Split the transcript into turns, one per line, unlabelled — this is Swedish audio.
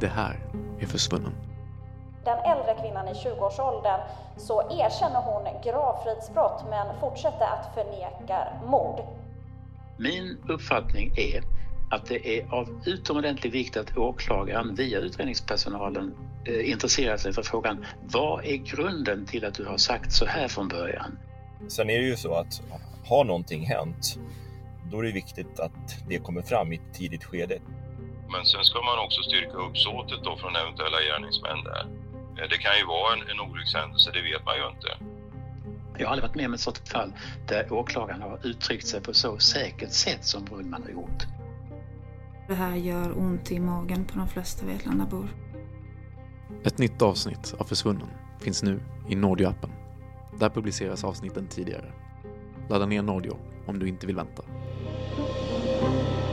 Det här är Försvunnen.
Den äldre kvinnan i 20-årsåldern så erkänner hon gravfridsbrott men fortsätter att förneka mord.
Min uppfattning är att det är av utomordentlig vikt att åklagaren via utredningspersonalen intresserar sig för frågan: vad är grunden till att du har sagt så här från början?
Sen är det ju så att har någonting hänt, då är det viktigt att det kommer fram i ett tidigt skede.
Men sen ska man också styrka uppsåtet då från eventuella gärningsmän där. Det kan ju vara en olyckshändelse, det vet man ju inte.
Jag har aldrig varit med om ett sådant fall där åklagaren har uttryckt sig på så säkert sätt som Brunnman har gjort.
Det här gör ont i magen på de flesta Vetlandabor.
Ett nytt avsnitt av Försvunnen finns nu i Nordio-appen. Där publiceras avsnitten tidigare. Ladda ner Nordio om du inte vill vänta.